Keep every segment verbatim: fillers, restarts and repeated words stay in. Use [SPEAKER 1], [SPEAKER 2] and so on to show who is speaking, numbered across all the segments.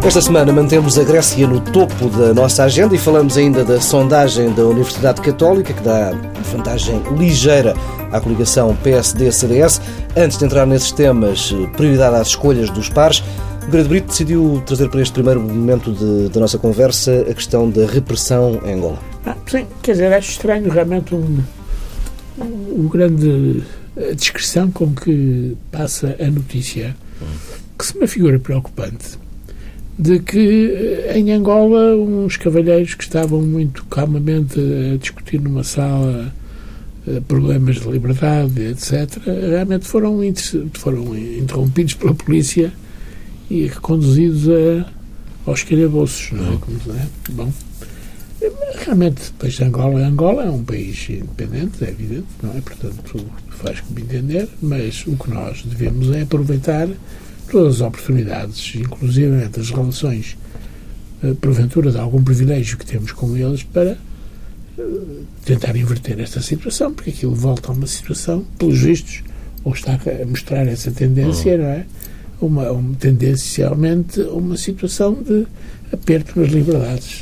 [SPEAKER 1] Esta semana mantemos a Grécia no topo da nossa agenda e falamos ainda da sondagem da Universidade Católica, que dá vantagem ligeira à coligação P S D C D S. Antes de entrar nesses temas, prioridade às escolhas dos pares, o Grande Brito decidiu trazer para este primeiro momento de, da nossa conversa a questão da repressão em Angola.
[SPEAKER 2] Ah, sim, quer dizer, acho estranho realmente um, um, um grande a discreção com que passa a notícia, que se me figura preocupante, de que em Angola uns cavalheiros que estavam muito calmamente a discutir numa sala problemas de liberdade, etcétera, realmente foram, foram interrompidos pela polícia e reconduzidos a, aos calabouços, não é? Como, não é? Bom, realmente, depois Angola, Angola é um país independente, é evidente, não é? Portanto, faz como entender, mas o que nós devemos é aproveitar todas as oportunidades, inclusive as relações, porventura, de algum privilégio que temos com eles, para tentar inverter esta situação, porque aquilo volta a uma situação, pelos vistos, ou está a mostrar essa tendência, não é? Uma, uma tendencialmente uma situação de aperto nas liberdades.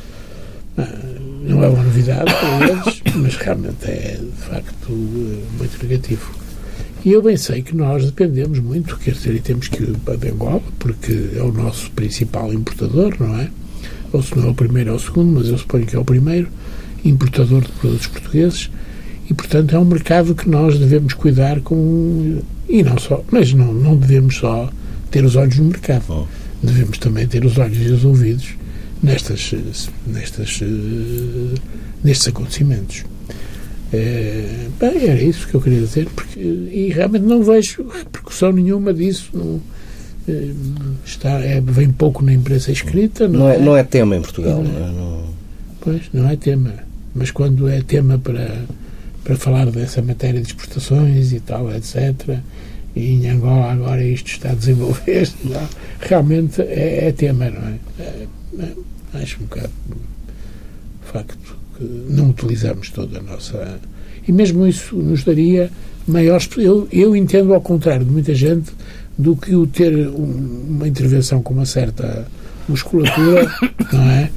[SPEAKER 2] Não é uma novidade para eles, mas realmente é, de facto, muito negativo. E eu bem sei que nós dependemos muito, quer dizer, e temos que ir para Angola, porque é o nosso principal importador, não é? Ou se não é o primeiro, é o segundo, mas eu suponho que é o primeiro importador de produtos portugueses, e, portanto, é um mercado que nós devemos cuidar com... E não só, mas não, não devemos só ter os olhos no mercado. Oh. Devemos também ter os olhos e os ouvidos nestas, nestas, nestes acontecimentos. É, bem, era isso que eu queria dizer, porque, e realmente não vejo repercussão nenhuma disso. Não, é, está, é, vem pouco na imprensa escrita. Não,
[SPEAKER 1] não, é,
[SPEAKER 2] é,
[SPEAKER 1] não é tema em Portugal.
[SPEAKER 2] Não
[SPEAKER 1] é, não...
[SPEAKER 2] Pois, não é tema. Mas quando é tema para, para falar dessa matéria de exportações e tal, etcétera, e em Angola agora isto está a desenvolver-se, realmente é, é tema, não é? é, é acho um bocado facto que não utilizamos toda a nossa... E mesmo isso nos daria maiores... Eu, eu entendo ao contrário de muita gente do que o ter um, uma intervenção com uma certa musculatura, não é?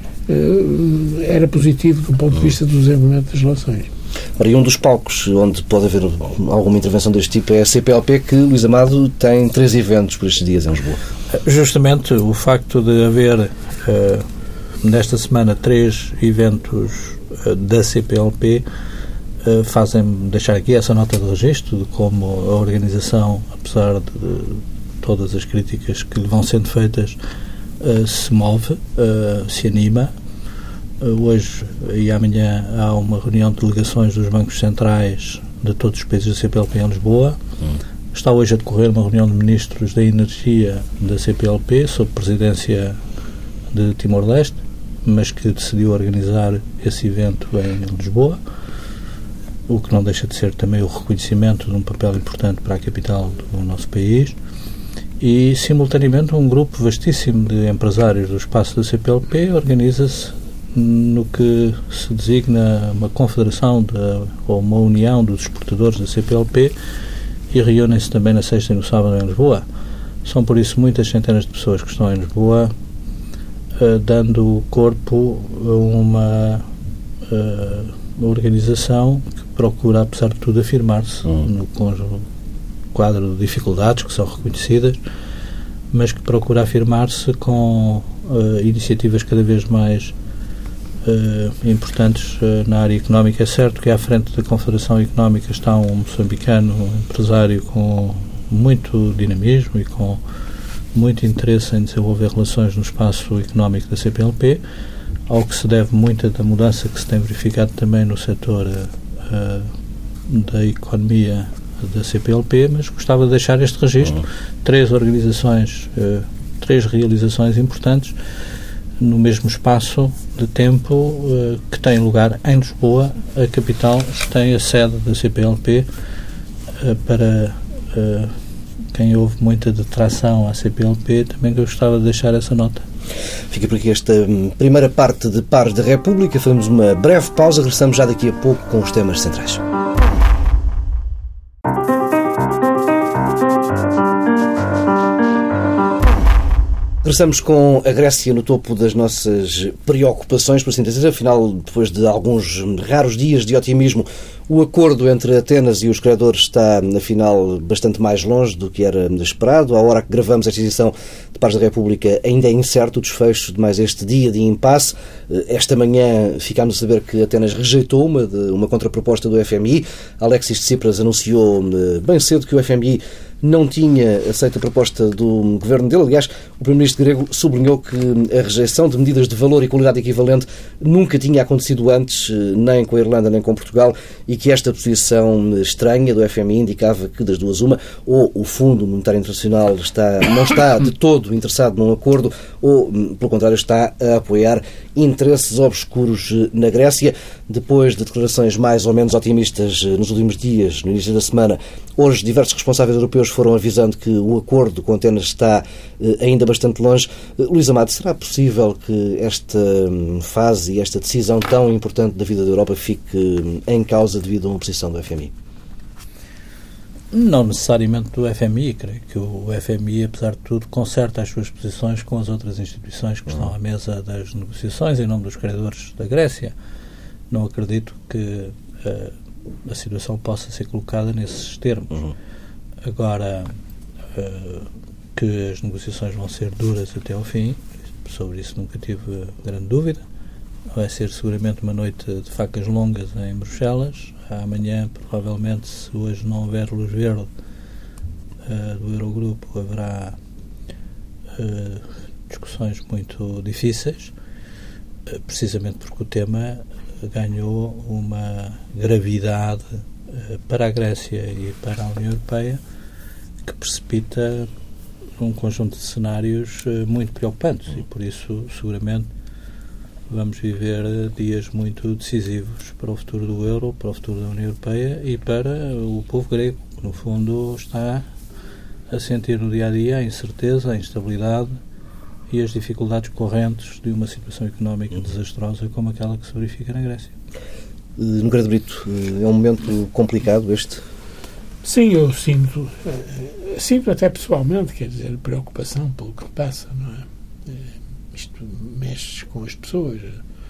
[SPEAKER 2] Era positivo do ponto de vista do desenvolvimento das relações.
[SPEAKER 1] Ora, e um dos palcos onde pode haver alguma intervenção deste tipo é a C P L P, que Luís Amado tem três eventos por estes dias em Lisboa.
[SPEAKER 3] Justamente o facto de haver uh, nesta semana três eventos uh, da C P L P uh, fazem-me deixar aqui essa nota de registro de como a organização, apesar de todas as críticas que lhe vão sendo feitas, Uh, se move, uh, se anima. Uh, hoje e amanhã há uma reunião de delegações dos bancos centrais de todos os países da C P L P em Lisboa. Hum. Está hoje a decorrer uma reunião de ministros da energia da C P L P, sob presidência de Timor-Leste, mas que decidiu organizar esse evento em Lisboa, o que não deixa de ser também o reconhecimento de um papel importante para a capital do nosso país. E, simultaneamente, um grupo vastíssimo de empresários do espaço da C P L P organiza-se no que se designa uma confederação de, ou uma união dos exportadores da C P L P e reúnem-se também na sexta e no sábado em Lisboa. São, por isso, muitas centenas de pessoas que estão em Lisboa uh, dando corpo a uma uh, organização que procura, apesar de tudo, afirmar-se hum. no conjunto quadro de dificuldades que são reconhecidas, mas que procura afirmar-se com uh, iniciativas cada vez mais uh, importantes uh, na área económica. É certo que à frente da Confederação Económica está um moçambicano, um empresário com muito dinamismo e com muito interesse em desenvolver relações no espaço económico da C P L P, ao que se deve muita da mudança que se tem verificado também no setor uh, da economia da C P L P, mas gostava de deixar este registro. Uhum. Três organizações, uh, três realizações importantes no mesmo espaço de tempo uh, que tem lugar em Lisboa. A capital tem a sede da C P L P. Uh, para uh, quem houve muita detração à C P L P, também gostava de deixar essa nota.
[SPEAKER 1] Fica por aqui esta primeira parte de Pares da República. Fazemos uma breve pausa, regressamos já daqui a pouco com os temas centrais. Regressamos com a Grécia no topo das nossas preocupações, por assim dizer. Afinal, depois de alguns raros dias de otimismo, o acordo entre Atenas e os credores está, afinal, bastante mais longe do que era esperado. À hora que gravamos esta edição de Pares da República, ainda é incerto o desfecho de mais este dia de impasse. Esta manhã ficámos a saber que Atenas rejeitou uma, de, uma contraproposta do F M I. Alexis Tsipras anunciou bem cedo que o F M I não tinha aceito a proposta do governo dele. Aliás, o primeiro-ministro grego sublinhou que a rejeição de medidas de valor e qualidade equivalente nunca tinha acontecido antes, nem com a Irlanda nem com Portugal, e que esta posição estranha do F M I indicava que, das duas uma, ou o Fundo Monetário Internacional está, não está de todo interessado num acordo, ou, pelo contrário, está a apoiar interesses obscuros na Grécia. Depois de declarações mais ou menos otimistas nos últimos dias, no início da semana, hoje diversos responsáveis europeus foram avisando que o acordo com Atenas está ainda bastante longe. Luís Amado, será possível que esta fase e esta decisão tão importante da vida da Europa fique em causa devido a uma posição do F M I?
[SPEAKER 3] Não necessariamente do F M I. Creio que o F M I, apesar de tudo, conserta as suas posições com as outras instituições que estão à mesa das negociações em nome dos credores da Grécia. Não acredito que uh, a situação possa ser colocada nesses termos. Uhum. Agora, uh, que as negociações vão ser duras até ao fim, sobre isso nunca tive grande dúvida. Vai ser seguramente uma noite de facas longas em Bruxelas. Amanhã, provavelmente, se hoje não houver luz verde uh, do Eurogrupo, haverá uh, discussões muito difíceis, uh, precisamente porque o tema ganhou uma gravidade uh, para a Grécia e para a União Europeia que precipita um conjunto de cenários uh, muito preocupantes e, por isso, seguramente, vamos viver dias muito decisivos para o futuro do euro, para o futuro da União Europeia e para o povo grego, que, no fundo, está a sentir no dia-a-dia a incerteza, a instabilidade e as dificuldades correntes de uma situação económica desastrosa como aquela que se verifica na Grécia.
[SPEAKER 1] Nogueira Brito, é um momento complicado este?
[SPEAKER 2] Sim, eu sinto, sinto até pessoalmente, quer dizer, preocupação pelo que passa, não é? Isto mexe com as pessoas.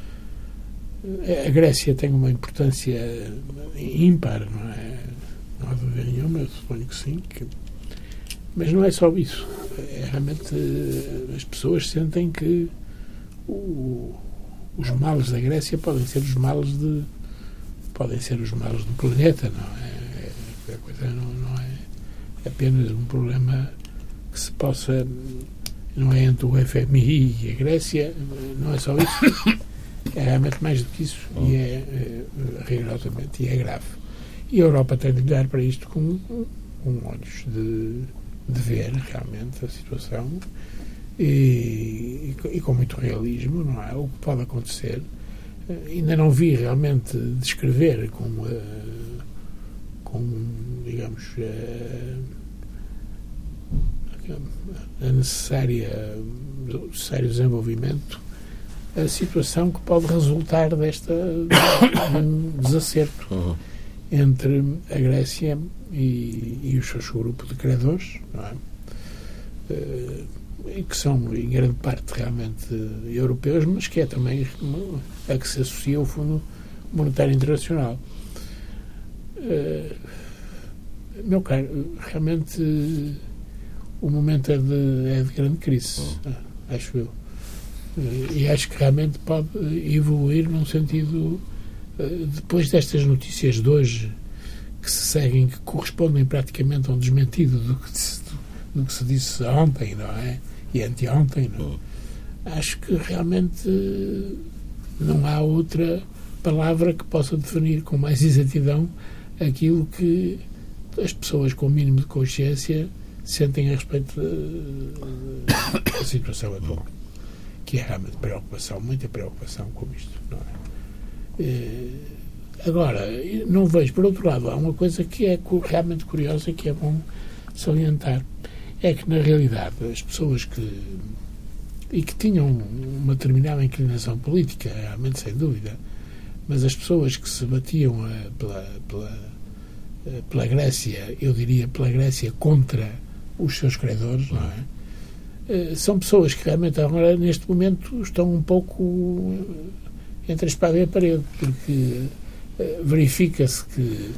[SPEAKER 2] A Grécia tem uma importância ímpar, não é? Não há dúvida nenhuma, eu suponho que sim. Que... Mas não é só isso. É, realmente as pessoas sentem que o, os males da Grécia podem ser os males de podem ser os males do planeta, não é? A coisa não, não é apenas um problema que se possa, não é entre o F M I e a Grécia, não é só isso, é realmente mais do que isso e é, é rigorosamente, e é grave. E a Europa tem de olhar para isto com, com olhos de, de ver realmente a situação e, e com muito realismo, não é? O que pode acontecer. Ainda não vi realmente descrever com, uh, com digamos, uh, a necessária, o necessário desenvolvimento, a situação que pode resultar desta de um desacerto uhum. entre a Grécia e, e o seu grupo de credores, não é? Uh, e que são em grande parte realmente europeus, mas que é também a que se associa ao Fundo Monetário Internacional. Uh, meu caro, realmente uh, o momento é de, é de grande crise, uh, acho eu. Uh, e acho que realmente pode evoluir num sentido, uh, depois destas notícias de hoje, que se seguem, que correspondem praticamente a um desmentido do que se, do que se disse ontem, não é? E anteontem, não? Acho que realmente não há outra palavra que possa definir com mais exatidão aquilo que as pessoas com o mínimo de consciência sentem a respeito da situação atual, que é realmente preocupação, muita preocupação com isto, não é? Agora, não vejo, por outro lado, há uma coisa que é realmente curiosa e que é bom salientar. É que, na realidade, as pessoas que e que tinham uma determinada inclinação política, realmente, sem dúvida, mas as pessoas que se batiam uh, pela, pela, uh, pela Grécia, eu diria pela Grécia contra os seus credores, não é? são pessoas que realmente agora, neste momento, estão um pouco entre a espada e a parede, porque verifica-se que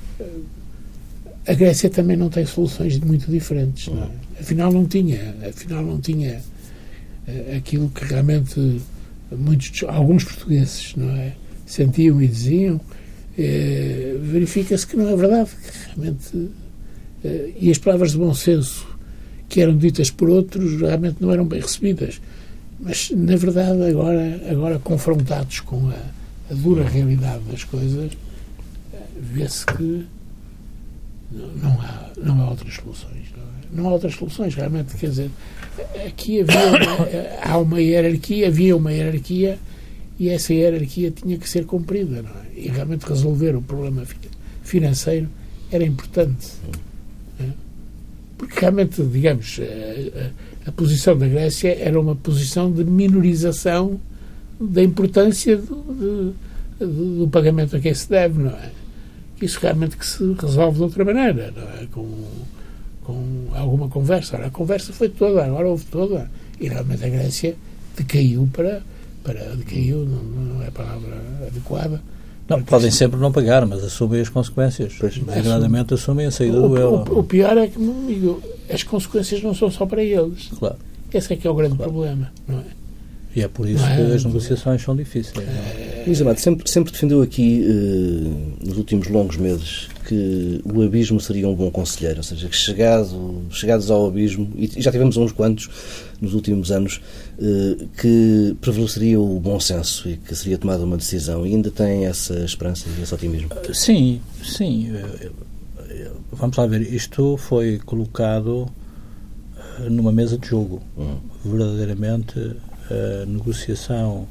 [SPEAKER 2] a Grécia também não tem soluções muito diferentes, não é? Afinal não tinha, afinal não tinha aquilo que realmente muitos, alguns portugueses, não é, sentiam e diziam. É, verifica-se que não é verdade, que realmente, é, e as palavras de bom senso que eram ditas por outros realmente não eram bem recebidas, mas na verdade agora, agora confrontados com a, a dura realidade das coisas, vê-se que não, não, há, não há outras soluções, não, é? Não há outras soluções realmente, quer dizer, aqui havia uma, há uma hierarquia, havia uma hierarquia e essa hierarquia tinha que ser cumprida, não é? E realmente resolver o problema financeiro era importante, não é? Porque realmente, digamos, a, a, a posição da Grécia era uma posição de minorização da importância do, de, do pagamento a quem se deve, não é? Isso realmente que se resolve de outra maneira, não é? Com, com alguma conversa. Ora, a conversa foi toda, agora houve toda, e realmente a Grécia decaiu para, para decaiu, não, não é a palavra adequada.
[SPEAKER 3] Não, podem sempre não pagar, mas assumem as consequências. Designadamente assumem a saída
[SPEAKER 2] o,
[SPEAKER 3] do euro.
[SPEAKER 2] O, o pior é que, meu amigo, as consequências não são só para eles.
[SPEAKER 3] Claro.
[SPEAKER 2] Esse é que é o grande
[SPEAKER 3] claro.
[SPEAKER 2] problema, não é?
[SPEAKER 3] E é por isso
[SPEAKER 2] não
[SPEAKER 3] que
[SPEAKER 2] é,
[SPEAKER 3] as negociações são difíceis.
[SPEAKER 1] É... Luís Amado, sempre, sempre defendeu aqui, eh, nos últimos longos meses, que o abismo seria um bom conselheiro, ou seja, que chegado, chegados ao abismo, e já tivemos uns quantos nos últimos anos, eh, que prevaleceria o bom senso e que seria tomada uma decisão, e ainda tem essa esperança e esse otimismo?
[SPEAKER 3] Sim, sim. Vamos lá ver, isto foi colocado numa mesa de jogo. Hum. Verdadeiramente, a negociação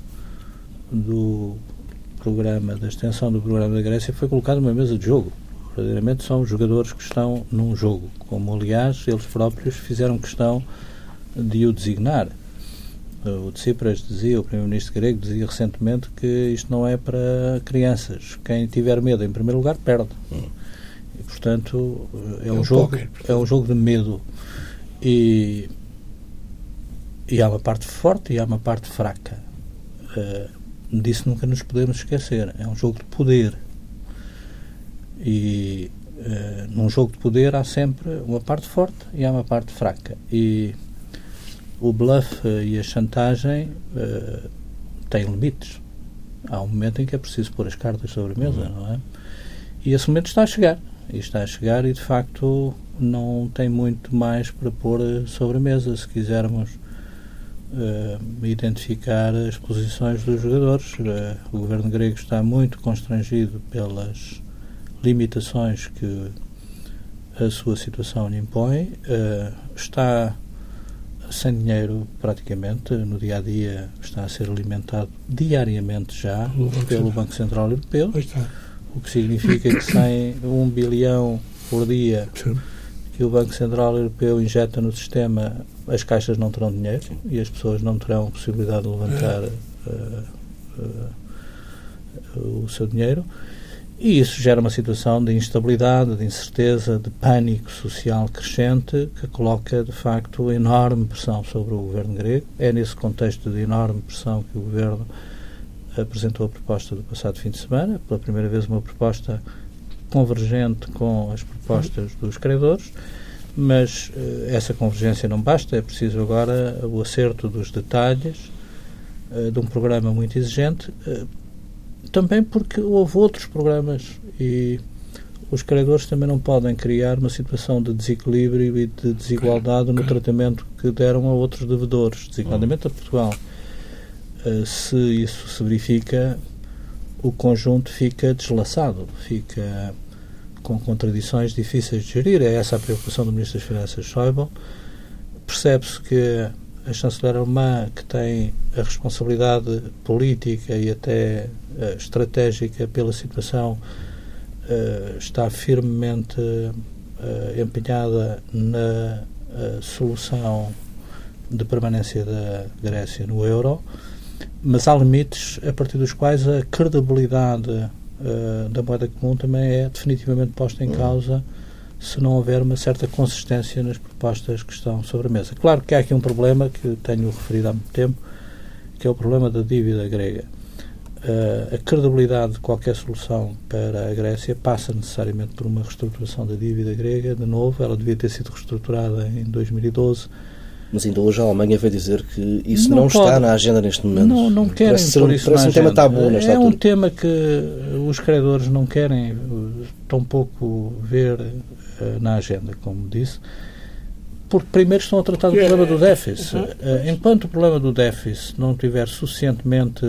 [SPEAKER 3] do programa, da extensão do programa da Grécia foi colocada numa mesa de jogo. Verdadeiramente são os jogadores que estão num jogo, como aliás eles próprios fizeram questão de o designar. O Tsipras dizia, o primeiro-ministro grego dizia recentemente que isto não é para crianças. Quem tiver medo, em primeiro lugar, perde. Hum. E, portanto, é, é um, um jogo, poker, é um jogo de medo. E, e há uma parte forte e há uma parte fraca. Uh, disso nunca nos podemos esquecer. É um jogo de poder. E uh, num jogo de poder há sempre uma parte forte e há uma parte fraca. E o bluff uh, e a chantagem uh, têm limites. Há um momento em que é preciso pôr as cartas sobre a mesa, uhum. não é? E esse momento está a chegar. E está a chegar e, de facto, não tem muito mais para pôr sobre a mesa, se quisermos uh, identificar as posições dos jogadores. Uh, o governo grego está muito constrangido pelas limitações que a sua situação lhe impõe. Uh, está sem dinheiro, praticamente, no dia-a-dia está a ser alimentado diariamente já pelo Banco Central Europeu. O que significa que sem um bilhão por dia Sim. que o Banco Central Europeu injeta no sistema, as caixas não terão dinheiro Sim. e as pessoas não terão possibilidade de levantar é. uh, uh, o seu dinheiro. E isso gera uma situação de instabilidade, de incerteza, de pânico social crescente que coloca, de facto, enorme pressão sobre o governo grego. É nesse contexto de enorme pressão que o governo apresentou a proposta do passado fim de semana, pela primeira vez uma proposta convergente com as propostas dos credores, mas uh, essa convergência não basta, é preciso agora o acerto dos detalhes uh, de um programa muito exigente, uh, também porque houve outros programas e os credores também não podem criar uma situação de desequilíbrio e de desigualdade no tratamento que deram a outros devedores, designadamente a Portugal. Uh, se isso se verifica, o conjunto fica deslaçado, fica com contradições difíceis de gerir. É essa a preocupação do Ministro das Finanças, Schäuble. Percebe-se que a chanceler alemã, que tem a responsabilidade política e até uh, estratégica pela situação, uh, está firmemente uh, empenhada na uh, solução de permanência da Grécia no euro. Mas há limites a partir dos quais a credibilidade uh, da moeda comum também é definitivamente posta em causa se não houver uma certa consistência nas propostas que estão sobre a mesa. Claro que há aqui um problema que tenho referido há muito tempo, que é o problema da dívida grega. Uh, a credibilidade de qualquer solução para a Grécia passa necessariamente por uma reestruturação da dívida grega. De novo, ela devia ter sido reestruturada em dois mil e doze.
[SPEAKER 1] Mas ainda hoje a Alemanha veio dizer que isso
[SPEAKER 3] não,
[SPEAKER 1] não
[SPEAKER 3] pode,
[SPEAKER 1] está na agenda neste momento.
[SPEAKER 3] Não, não querem
[SPEAKER 1] parece
[SPEAKER 3] pôr
[SPEAKER 1] um,
[SPEAKER 3] isso
[SPEAKER 1] parece
[SPEAKER 3] na
[SPEAKER 1] um tema
[SPEAKER 3] agenda.
[SPEAKER 1] tabu nesta
[SPEAKER 3] é
[SPEAKER 1] altura.
[SPEAKER 3] um tema que os credores não querem tão pouco ver uh, na agenda, como disse, porque primeiro estão a tratar do problema do déficit. Uh, enquanto o problema do déficit não estiver suficientemente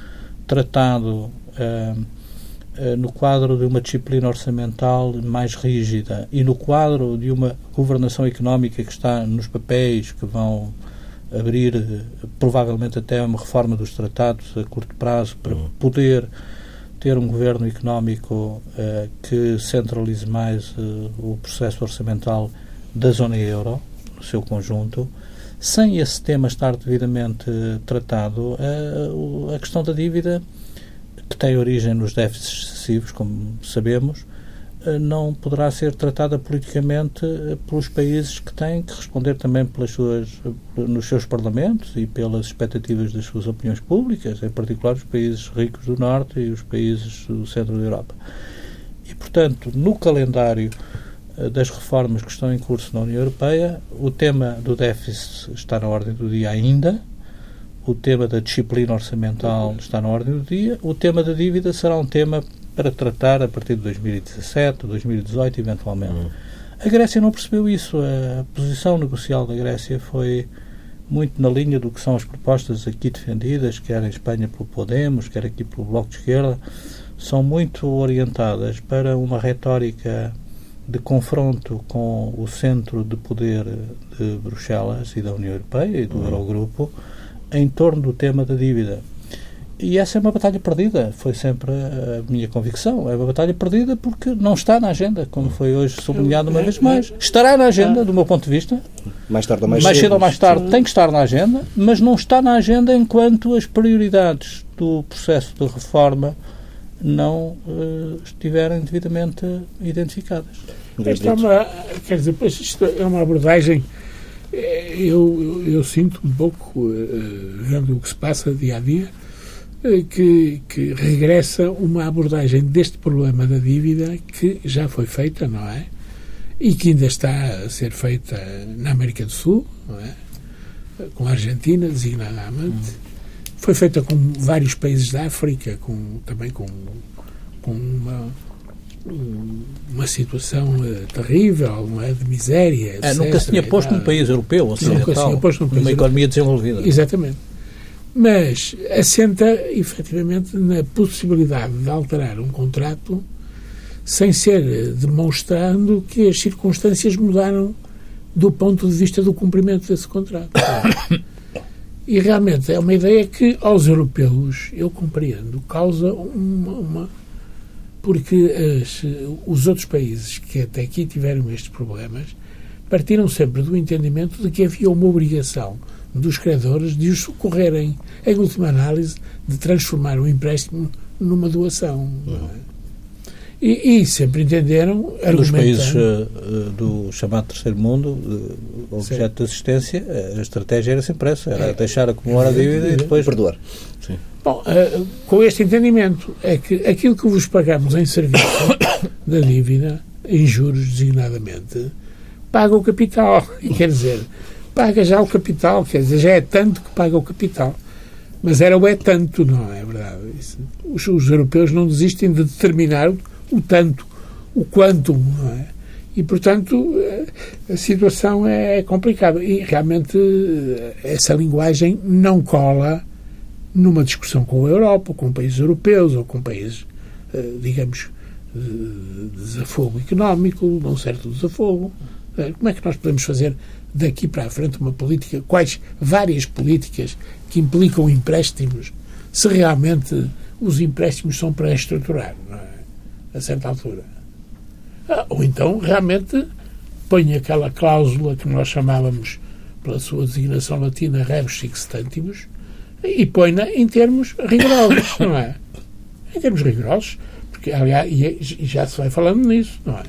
[SPEAKER 3] tratado uh, uh, no quadro de uma disciplina orçamental mais rígida e no quadro de uma governação económica que está nos papéis que vão abrir uh, provavelmente até uma reforma dos tratados a curto prazo para uhum. poder ter um governo económico uh, que centralize mais uh, o processo orçamental da zona euro, no seu conjunto. Sem esse tema estar devidamente uh, tratado, uh, a questão da dívida, que tem origem nos déficits excessivos, como sabemos, uh, não poderá ser tratada politicamente uh, pelos países que têm que responder também pelas suas, uh, nos seus parlamentos e pelas expectativas das suas opiniões públicas, em particular os países ricos do Norte e os países do centro da Europa. E, portanto, no calendário das reformas que estão em curso na União Europeia, o tema do déficit está na ordem do dia ainda, o tema da disciplina orçamental está na ordem do dia, o tema da dívida será um tema para tratar a partir de dois mil e dezassete, dois mil e dezoito, eventualmente. Uhum. A Grécia não percebeu isso. A posição negocial da Grécia foi muito na linha do que são as propostas aqui defendidas, quer em Espanha pelo Podemos, quer aqui pelo Bloco de Esquerda, são muito orientadas para uma retórica de confronto com o centro de poder de Bruxelas e da União Europeia e do uhum. Eurogrupo em torno do tema da dívida. E essa é uma batalha perdida, foi sempre a minha convicção. É uma batalha perdida porque não está na agenda, como foi hoje sublinhado uma vez mais. Estará na agenda, do meu ponto de vista.
[SPEAKER 1] Mais tarde ou mais,
[SPEAKER 3] mais
[SPEAKER 1] cedo.
[SPEAKER 3] cedo ou mais tarde tem que estar na agenda, mas não está na agenda enquanto as prioridades do processo de reforma não uh, estiverem devidamente identificadas.
[SPEAKER 2] Esta é uma, quer dizer, pois isto é uma abordagem, eu, eu, eu sinto um pouco, uh, vendo o que se passa dia a dia, uh, que, que regressa uma abordagem deste problema da dívida que já foi feita, não é? E que ainda está a ser feita na América do Sul, não é? Com a Argentina, designadamente. Hum. Foi feita com vários países da África, com, também com, com uma, uma situação uh, terrível, não é? De miséria, etcétera.
[SPEAKER 3] É, nunca se tinha posto num país europeu ocidental,
[SPEAKER 2] nunca se tinha posto num país
[SPEAKER 3] numa economia desenvolvida.
[SPEAKER 2] Exatamente. Mas assenta, efetivamente, na possibilidade de alterar um contrato sem ser demonstrando que as circunstâncias mudaram do ponto de vista do cumprimento desse contrato. E realmente é uma ideia que aos europeus, eu compreendo, causa uma... uma porque as, os outros países que até aqui tiveram estes problemas partiram sempre do entendimento de que havia uma obrigação dos credores de os socorrerem, em última análise, de transformar o empréstimo numa doação. Não é? E, e sempre entenderam,
[SPEAKER 3] nos países uh, do chamado terceiro mundo, uh, objeto de assistência, a estratégia era sempre essa, era é. deixar acumular a dívida e depois
[SPEAKER 1] perdoar.
[SPEAKER 2] Sim. Bom, uh, com este entendimento é que aquilo que vos pagamos em serviço da dívida, em juros designadamente, paga o capital. E quer dizer, paga já o capital, quer dizer, já é tanto que paga o capital. Mas era o é tanto, não é verdade? Isso, os, os europeus não desistem de determinar o, o tanto, o quantum, não é? E, portanto, a situação é complicada. E, realmente, essa linguagem não cola numa discussão com a Europa, ou com países europeus, ou com países, digamos, de desafogo económico, de um certo desafogo. Como é que nós podemos fazer daqui para a frente uma política, quais várias políticas que implicam empréstimos, se realmente os empréstimos são para estruturar, não é? A certa altura. Ah, ou então, realmente, põe aquela cláusula que nós chamávamos, pela sua designação latina, rebus sic stantibus, e põe-na em termos rigorosos, não é? Em termos rigorosos, porque, aliás, e já se vai falando nisso, não é?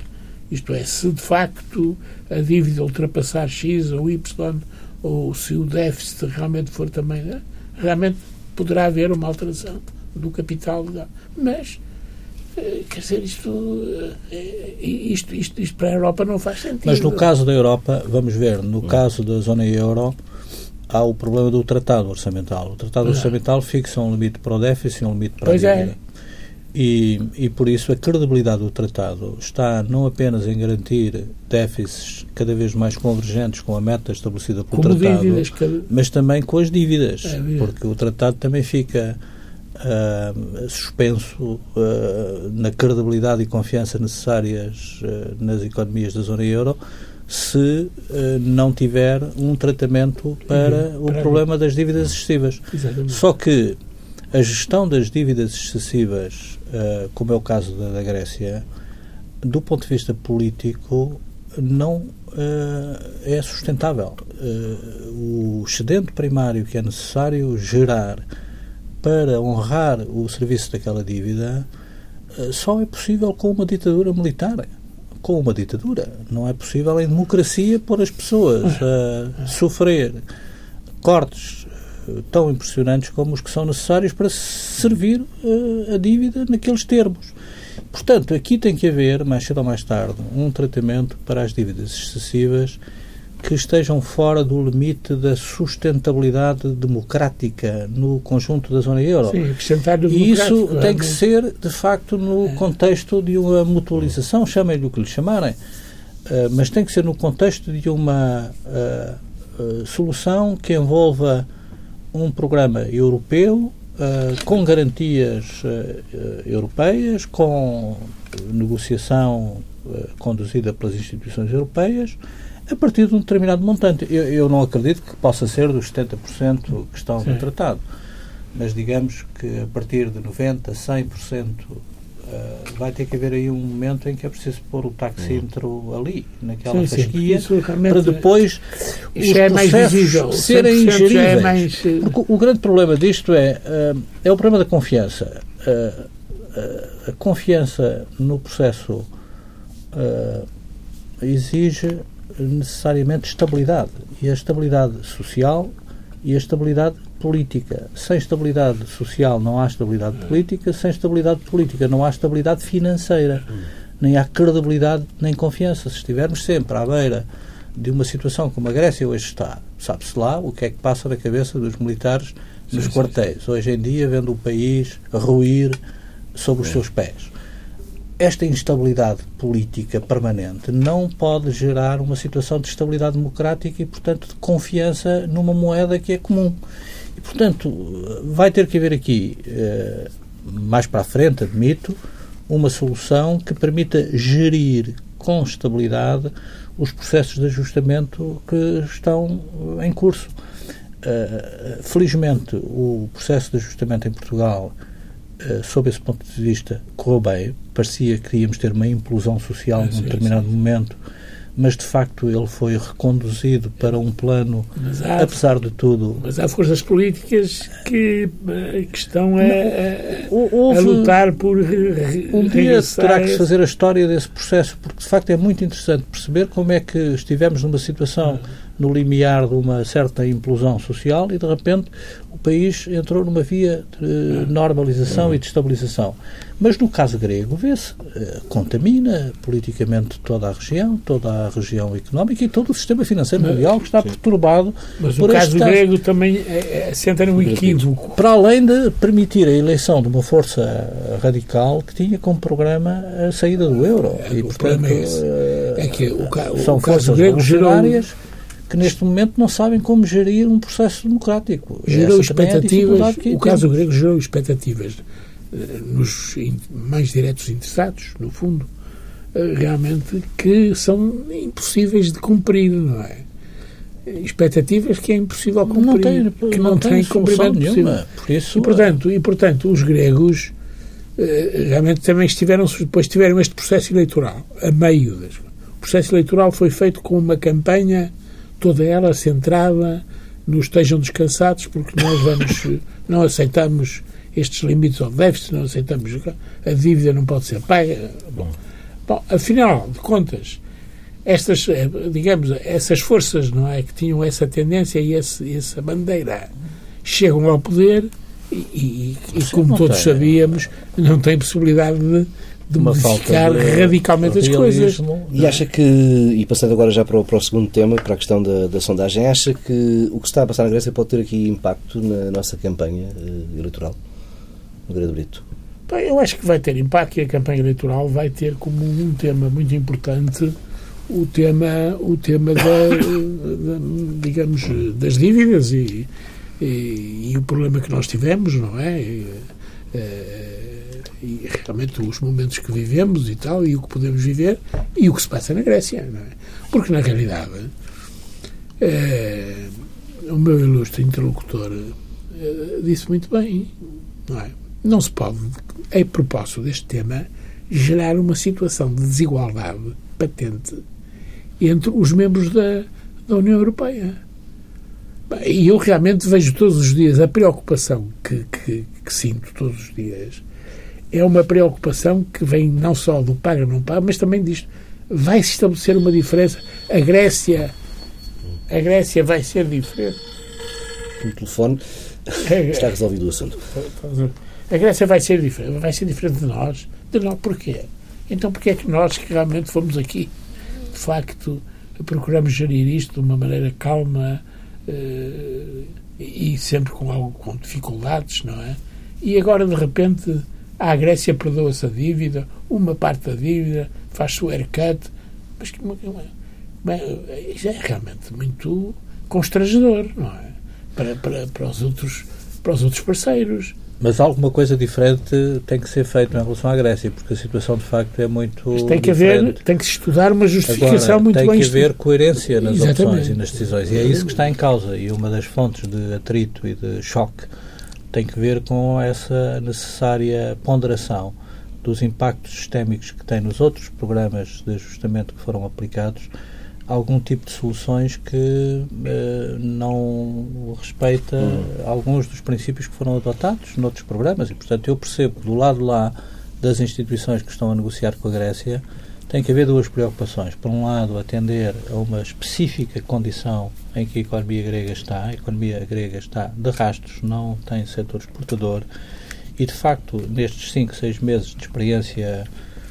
[SPEAKER 2] Isto é, se de facto a dívida ultrapassar X ou Y, ou se o déficit realmente for também, né, realmente poderá haver uma alteração do capital legal. Mas, quer dizer, isto, isto, isto, isto para a Europa não faz sentido.
[SPEAKER 3] Mas no caso da Europa, vamos ver, no caso da zona euro, há o problema do tratado orçamental. O tratado orçamental fixa um limite para o déficit e um limite para
[SPEAKER 2] pois
[SPEAKER 3] a dívida.
[SPEAKER 2] É.
[SPEAKER 3] E, e por isso a credibilidade do tratado está não apenas em garantir déficits cada vez mais convergentes com a meta estabelecida pelo
[SPEAKER 2] Como
[SPEAKER 3] tratado,
[SPEAKER 2] dívidas, que...
[SPEAKER 3] mas também com as dívidas,
[SPEAKER 2] é,
[SPEAKER 3] porque o tratado também fica uh, suspenso uh, na credibilidade e confiança necessárias uh, nas economias da zona euro se uh, não tiver um tratamento para uhum, o para problema das dívidas excessivas.
[SPEAKER 2] Exatamente.
[SPEAKER 3] Só que a gestão das dívidas excessivas, uh, como é o caso da, da Grécia, do ponto de vista político, não uh, é sustentável. Uh, o excedente primário que é necessário gerar para honrar o serviço daquela dívida uh, só é possível com uma ditadura militar. Com uma ditadura. Não é possível em democracia pôr as pessoas a sofrer cortes tão impressionantes como os que são necessários para servir uh, a dívida naqueles termos. Portanto, aqui tem que haver, mais cedo ou mais tarde, um tratamento para as dívidas excessivas que estejam fora do limite da sustentabilidade democrática no conjunto da zona euro.
[SPEAKER 2] Sim, acrescentar o
[SPEAKER 3] e isso
[SPEAKER 2] é,
[SPEAKER 3] tem que ser, de facto, no é. contexto de uma mutualização, chamem-lhe o que lhe chamarem, uh, mas tem que ser no contexto de uma uh, uh, solução que envolva um programa europeu uh, com garantias uh, europeias, com negociação uh, conduzida pelas instituições europeias, a partir de um determinado montante. Eu, eu não acredito que possa ser dos setenta por cento que estão no tratado, mas digamos que a partir de noventa por cento, cem por cento uh, vai ter que haver aí um momento em que é preciso pôr o taxímetro ali, naquela
[SPEAKER 2] sim,
[SPEAKER 3] fasquia,
[SPEAKER 2] sim,
[SPEAKER 3] para depois os
[SPEAKER 2] é mais
[SPEAKER 3] processos serem ingeríveis.
[SPEAKER 2] É mais...
[SPEAKER 3] Porque o grande problema disto é, uh, é o problema da confiança. Uh, uh, a confiança no processo uh, exige necessariamente estabilidade. E a estabilidade social e a estabilidade política. Sem estabilidade social não há estabilidade política, sem estabilidade política não há estabilidade financeira, nem há credibilidade nem confiança. Se estivermos sempre à beira de uma situação como a Grécia hoje está, sabe-se lá o que é que passa na cabeça dos militares nos sim, quartéis. Sim, sim. Hoje em dia, vendo o país ruir sobre os seus pés. Esta instabilidade política permanente não pode gerar uma situação de estabilidade democrática e, portanto, de confiança numa moeda que é comum. E, portanto, vai ter que haver aqui, eh, mais para a frente, admito, uma solução que permita gerir com estabilidade os processos de ajustamento que estão em curso. Uh, felizmente, o processo de ajustamento em Portugal, uh, sob esse ponto de vista, correu bem. Parecia que íamos ter uma implosão social é, num sim, determinado sim. momento, mas de facto ele foi reconduzido para um plano, há, apesar de tudo...
[SPEAKER 2] Mas há forças políticas que, que estão a, a, houve, a lutar por re,
[SPEAKER 3] um dia terá que se fazer a história desse processo, porque de facto é muito interessante perceber como é que estivemos numa situação no limiar de uma certa implosão social e de repente o país entrou numa via de normalização e de estabilização. Mas no caso grego, vê-se, uh, contamina politicamente toda a região, toda a região económica e todo o sistema financeiro mundial que está sim. perturbado.
[SPEAKER 2] Mas
[SPEAKER 3] por
[SPEAKER 2] o caso
[SPEAKER 3] caso.
[SPEAKER 2] grego também é, é, senta num equívoco.
[SPEAKER 3] Para além de permitir a eleição de uma força radical que tinha como programa a saída do euro.
[SPEAKER 2] É,
[SPEAKER 3] e,
[SPEAKER 2] o
[SPEAKER 3] portanto,
[SPEAKER 2] é, esse. é que o, o,
[SPEAKER 3] são
[SPEAKER 2] o caso
[SPEAKER 3] forças
[SPEAKER 2] grego
[SPEAKER 3] revolucionárias
[SPEAKER 2] gerou...
[SPEAKER 3] que neste momento não sabem como gerir um processo democrático.
[SPEAKER 2] Gerou expectativas,
[SPEAKER 3] é
[SPEAKER 2] o caso grego gerou expectativas nos mais diretos interessados, no fundo, realmente, que são impossíveis de cumprir, não é? Expectativas que é impossível cumprir,
[SPEAKER 3] não tem,
[SPEAKER 2] que não,
[SPEAKER 3] não
[SPEAKER 2] têm cumprimento possível.
[SPEAKER 3] Por isso,
[SPEAKER 2] e, portanto, e, portanto, os gregos realmente também estiveram, depois tiveram este processo eleitoral, a meio das... O processo eleitoral foi feito com uma campanha, toda ela centrada no estejam descansados, porque nós vamos, não aceitamos estes limites ao déficit, não aceitamos, a dívida não pode ser paga. Bom, Bom, afinal de contas, estas, digamos, essas forças, não é, que tinham essa tendência e esse, essa bandeira chegam ao poder e, e, e como todos tem. sabíamos, não têm possibilidade de, de modificar de radicalmente as coisas.
[SPEAKER 1] E acha que, e passando agora já para o, para o segundo tema, para a questão da, da sondagem, acha que o que está a passar na Grécia pode ter aqui impacto na nossa campanha uh, eleitoral, no Grande Brito?
[SPEAKER 2] Bem, eu acho que vai ter impacto, e a campanha eleitoral vai ter como um tema muito importante o tema, o tema da, da, digamos, das dívidas e, e, e o problema que nós tivemos, não é? E, e realmente os momentos que vivemos e tal, e o que podemos viver, e o que se passa na Grécia, não é? Porque, na realidade, é, o meu ilustre interlocutor é, disse muito bem, não é? Não se pode, a propósito deste tema, gerar uma situação de desigualdade patente entre os membros da, da União Europeia. E eu realmente vejo todos os dias a preocupação que, que, que sinto todos os dias. É uma preocupação que vem não só do paga não paga, mas também disto. Vai-se estabelecer uma diferença. A Grécia, a Grécia vai ser diferente.
[SPEAKER 1] O telefone está resolvido o assunto.
[SPEAKER 2] A Grécia vai ser diferente. Vai ser diferente de nós. De nós porquê? Então porquê é que nós que realmente fomos aqui, de facto, procuramos gerir isto de uma maneira calma, Uh, e sempre com, algo, com dificuldades, não é? E agora, de repente, a Grécia perdoa-se a dívida, uma parte da dívida, faz-se o haircut, mas que isso é realmente muito constrangedor, não é? Para, para, para, os outros, para os outros parceiros.
[SPEAKER 3] Mas alguma coisa diferente tem que ser feita em relação à Grécia, porque a situação de facto é muito
[SPEAKER 2] Mas tem que
[SPEAKER 3] diferente.
[SPEAKER 2] haver, tem que se estudar uma justificação
[SPEAKER 3] Agora,
[SPEAKER 2] muito
[SPEAKER 3] tem
[SPEAKER 2] bem
[SPEAKER 3] que haver
[SPEAKER 2] estudada.
[SPEAKER 3] coerência nas
[SPEAKER 2] Exatamente.
[SPEAKER 3] opções e nas decisões, e é isso que está em causa, e uma das fontes de atrito e de choque tem que ver com essa necessária ponderação dos impactos sistémicos que tem nos outros programas de ajustamento que foram aplicados, algum tipo de soluções que uh, não respeita hum. alguns dos princípios que foram adotados noutros programas, e portanto eu percebo que do lado lá das instituições que estão a negociar com a Grécia tem que haver duas preocupações. Por um lado, atender a uma específica condição em que a economia grega está. A economia grega está de rastros, não tem setor exportador, e de facto nestes cinco, seis meses de experiência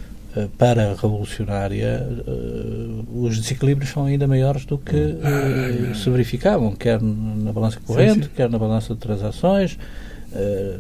[SPEAKER 3] para revolucionária, uh, os desequilíbrios são ainda maiores do que uh, se verificavam, quer na balança corrente, sim, sim. quer na balança de transações, uh,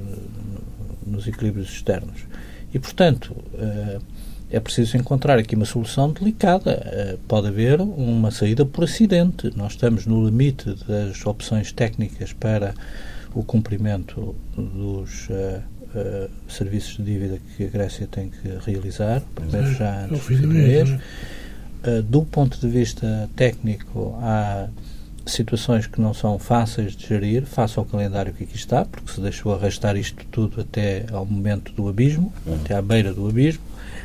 [SPEAKER 3] nos equilíbrios externos. E, portanto, uh, é preciso encontrar aqui uma solução delicada. Uh, pode haver uma saída por acidente. Nós estamos no limite das opções técnicas para o cumprimento dos Uh, Uh, serviços de dívida que a Grécia tem que realizar, primeiro já antes do fim do mês. Uh, do ponto de vista técnico, há situações que não são fáceis de gerir, face ao calendário que aqui está, porque se deixou arrastar isto tudo até ao momento do abismo, uhum. até à beira do abismo,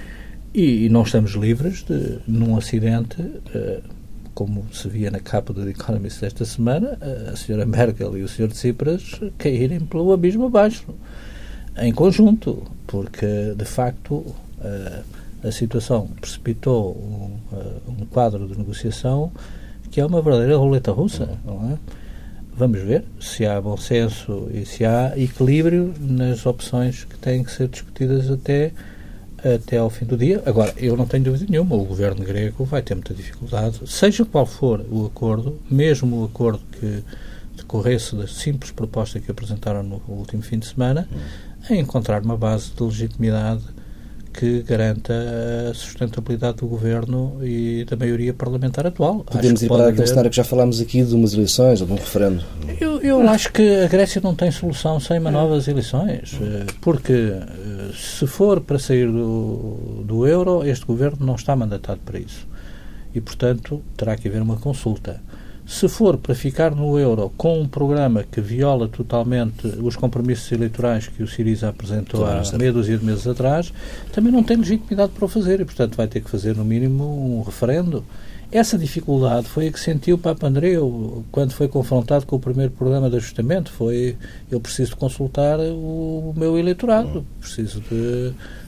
[SPEAKER 3] e, e não estamos livres de, num acidente, uh, como se via na capa do The Economist esta semana, uh, a senhora Merkel e o senhor Tsipras caírem pelo abismo abaixo, em conjunto, porque, de facto, uh, a situação precipitou um, uh, um quadro de negociação que é uma verdadeira roleta russa, não é? Vamos ver se há bom senso e se há equilíbrio nas opções que têm que ser discutidas até, até ao fim do dia. Agora, eu não tenho dúvida nenhuma, o governo grego vai ter muita dificuldade, seja qual for o acordo, mesmo o acordo que decorresse da simples proposta que apresentaram no último fim de semana, a encontrar uma base de legitimidade que garanta a sustentabilidade do governo e da maioria parlamentar atual.
[SPEAKER 1] Podemos ir para aquele haver... cenário que já falámos aqui de umas eleições ou de um referendo.
[SPEAKER 3] Eu, eu acho que a Grécia não tem solução sem uma novas eleições, porque se for para sair do, do euro, este governo não está mandatado para isso. E, portanto, terá que haver uma consulta. Se for para ficar no euro com um programa que viola totalmente os compromissos eleitorais que o Syriza apresentou há meia dúzia de meses atrás, também não tem legitimidade para o fazer e, portanto, vai ter que fazer, no mínimo, um referendo. Essa dificuldade foi a que sentiu o Papa Andreu quando foi confrontado com o primeiro programa de ajustamento. Foi, eu preciso de consultar o meu eleitorado, preciso de,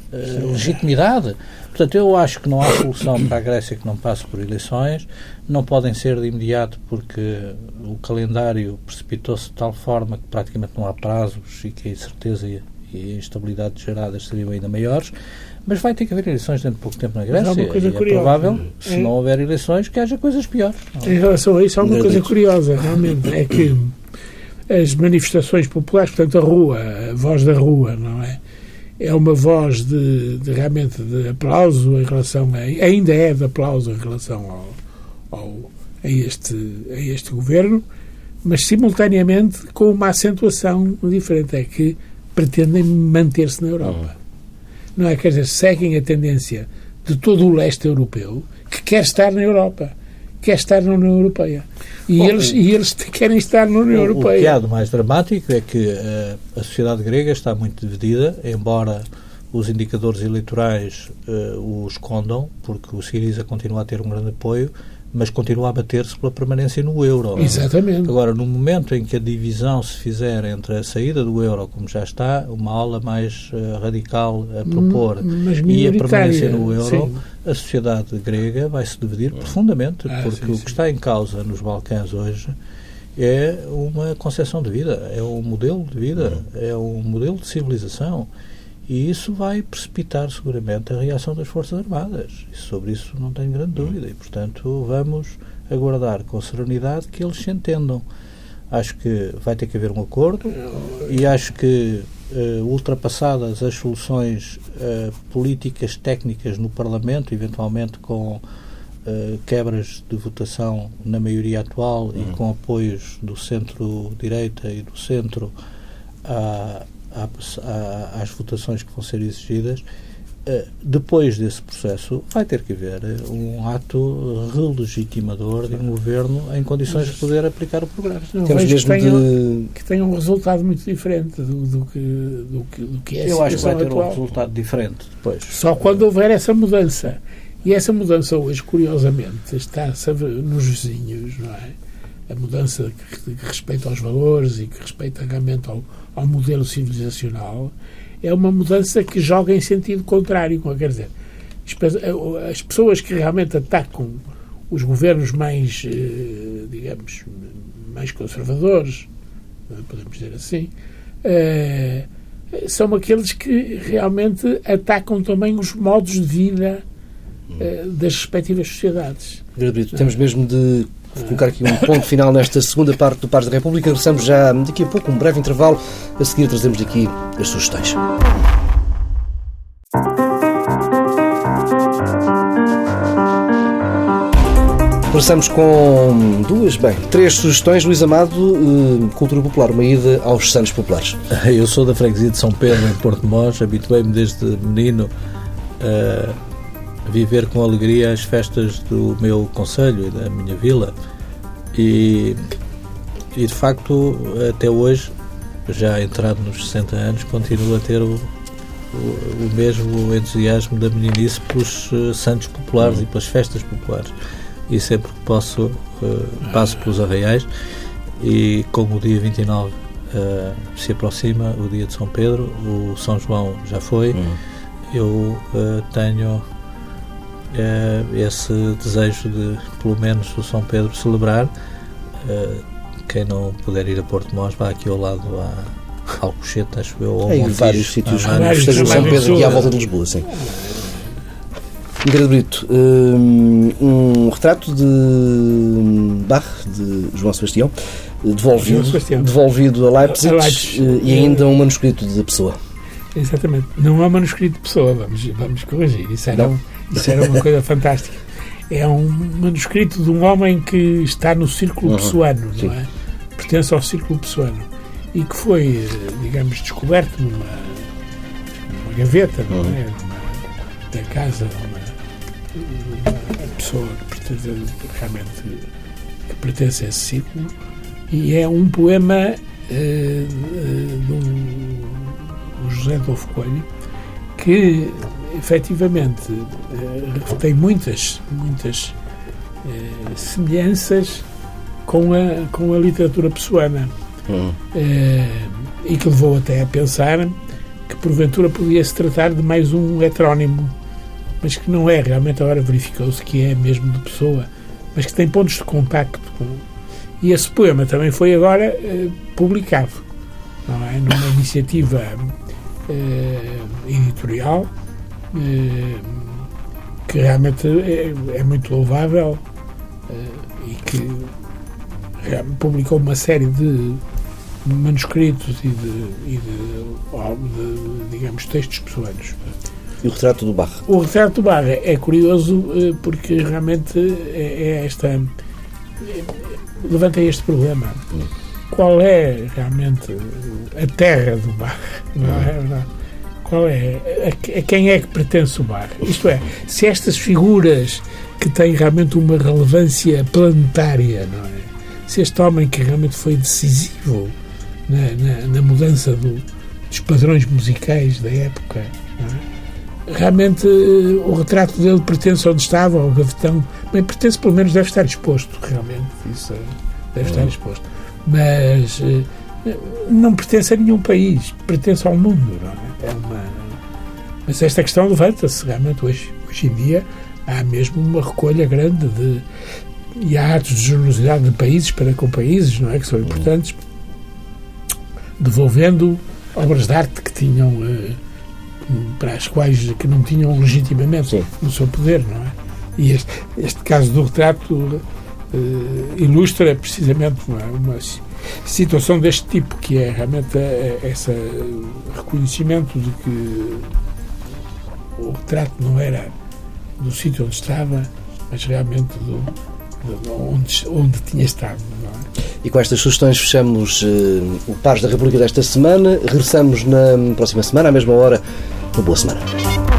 [SPEAKER 3] uh, legitimidade. Portanto, eu acho que não há solução para a Grécia que não passe por eleições, não podem ser de imediato porque o calendário precipitou-se de tal forma que praticamente não há prazos e que a incerteza e a instabilidade geradas seriam ainda maiores, mas vai ter que haver eleições dentro de pouco tempo na Grécia e é provável, se não houver eleições, que haja coisas piores.
[SPEAKER 2] Em relação a isso, há uma coisa curiosa, realmente, é que as manifestações populares, portanto, a rua, a voz da rua, não é? É uma voz de, de realmente de aplauso em relação a, ainda é de aplauso em relação ao, ao, a, este, a este governo, mas simultaneamente com uma acentuação diferente, é que pretendem manter-se na Europa. Não é? Quer dizer, seguem a tendência de todo o leste europeu que quer estar na Europa, quer estar na União Europeia. E, Bom, eles, e eles querem estar na União
[SPEAKER 3] o,
[SPEAKER 2] Europeia.
[SPEAKER 3] O que há de mais dramático é que uh, a sociedade grega está muito dividida, embora os indicadores eleitorais uh, o escondam, porque o Syriza continua a ter um grande apoio, mas continua a bater-se pela permanência no euro.
[SPEAKER 2] Exatamente.
[SPEAKER 3] Agora, no momento em que a divisão se fizer entre a saída do euro, como já está, uma aula mais uh, radical a propor, e a permanência no euro, sim, a sociedade grega vai se dividir profundamente, ah, porque sim, o que sim. está em causa nos Balcãs hoje é uma concepção de vida, é um modelo de vida, é um modelo de civilização. E isso vai precipitar seguramente a reação das Forças Armadas. E sobre isso não tenho grande dúvida. E, portanto, vamos aguardar com serenidade que eles se entendam. Acho que vai ter que haver um acordo e acho que, uh, ultrapassadas as soluções uh, políticas técnicas no Parlamento, eventualmente com uh, quebras de votação na maioria atual uhum. e com apoios do centro-direita e do centro a às votações que vão ser exigidas, depois desse processo vai ter que haver um ato relegitimador de um governo em condições de poder aplicar o programa.
[SPEAKER 2] Não, Temos mesmo que, tenha, de... que tenha um resultado muito diferente do, do, que, do, que, do que é a
[SPEAKER 3] Eu acho que vai ter
[SPEAKER 2] atual.
[SPEAKER 3] um resultado diferente depois.
[SPEAKER 2] Só quando houver essa mudança. E essa mudança hoje, curiosamente, está nos vizinhos, não é? A mudança que, que respeita aos valores e que respeita realmente ao, ao modelo civilizacional é uma mudança que joga em sentido contrário. Quer dizer, as pessoas que realmente atacam os governos mais, digamos, mais conservadores, podemos dizer assim, são aqueles que realmente atacam também os modos de vida das respectivas sociedades.
[SPEAKER 1] Brito, temos mesmo de colocar aqui um ponto final nesta segunda parte do Pares da República. Regressamos já daqui a pouco, um breve intervalo. A seguir trazemos aqui as sugestões. Começamos com duas, bem, três sugestões. Luís Amado, Cultura Popular, uma ida aos Santos Populares.
[SPEAKER 3] Eu sou da freguesia de São Pedro, em Porto de Mós. Habituei-me desde menino a viver com alegria as festas do meu concelho e da minha vila e, e de facto até hoje, já entrado nos sessenta anos, continuo a ter o, o, o mesmo entusiasmo da meninice pelos uh, santos populares uhum. e pelas festas populares, e sempre que posso uh, passo pelos arraiais, e como o dia vinte e nove uh, se aproxima, o dia de São Pedro, o São João já foi, uhum. eu uh, tenho Uh, esse desejo de, pelo menos, o São Pedro celebrar. Uh, quem não puder ir a Porto de Mós, vá aqui ao lado a Alcochete, acho eu, ou
[SPEAKER 1] em vários sítios de São Pedro e à volta de Lisboa, sim. Miguel Brito, um, um retrato de Bach, de João Sebastião, devolvido, Sebastião. devolvido a Leipzig, a Leipzig. Uh, e ainda um manuscrito de Pessoa.
[SPEAKER 2] Exatamente. Não é um manuscrito de Pessoa, vamos, vamos corrigir. Isso era, um, isso era uma coisa fantástica. É um manuscrito de um homem que está no círculo uhum. pessoano, não é? Pertence ao círculo pessoano. E que foi, digamos, descoberto numa, numa gaveta, não é? Numa, da casa de uma, uma pessoa que pertence, realmente, que pertence a esse círculo. E é um poema uh, uh, de um José Adolfo Coelho, que efetivamente eh, tem muitas, muitas eh, semelhanças com a, com a literatura pessoana, uhum. eh, e que levou até a pensar que porventura podia-se tratar de mais um heterónimo, mas que não é, realmente agora verificou-se que é mesmo de pessoa, mas que tem pontos de contacto com... E esse poema também foi agora eh, publicado, não é? Numa iniciativa eh, editorial eh, que realmente é, é muito louvável eh, e que realmente publicou uma série de manuscritos e de, e de, de, digamos, textos pessoanos.
[SPEAKER 1] E o retrato do Barre? O
[SPEAKER 2] retrato do Barre é curioso porque realmente é esta... É, levanta este problema. Hum. Qual é realmente a terra do Barre? Não é? Não. Qual é? A, a quem é que pertence o Barre? Isto é, se estas figuras que têm realmente uma relevância planetária, não é? Se este homem que realmente foi decisivo na, na, na mudança do, dos padrões musicais da época, não é? Realmente o retrato dele pertence onde estava, ao gavetão. Bem, pertence, pelo menos deve estar exposto, realmente. Isso deve estar exposto. Mas não pertence a nenhum país, pertence ao mundo, não é? É uma... Mas esta questão levanta-se realmente hoje. Hoje em dia há mesmo uma recolha grande de... E há atos de generosidade de países para com países, não é? Que são importantes, devolvendo obras de arte que tinham... para as quais que não tinham legitimamente Sim. no seu poder, não é? E este, este caso do retrato uh, ilustra precisamente uma, uma situação deste tipo, que é realmente esse reconhecimento de que o retrato não era do sítio onde estava, mas realmente do, de onde, onde tinha estado, não é?
[SPEAKER 1] E com estas sugestões fechamos uh, o Pares da República desta semana. Regressamos na próxima semana, à mesma hora. Uma boa semana.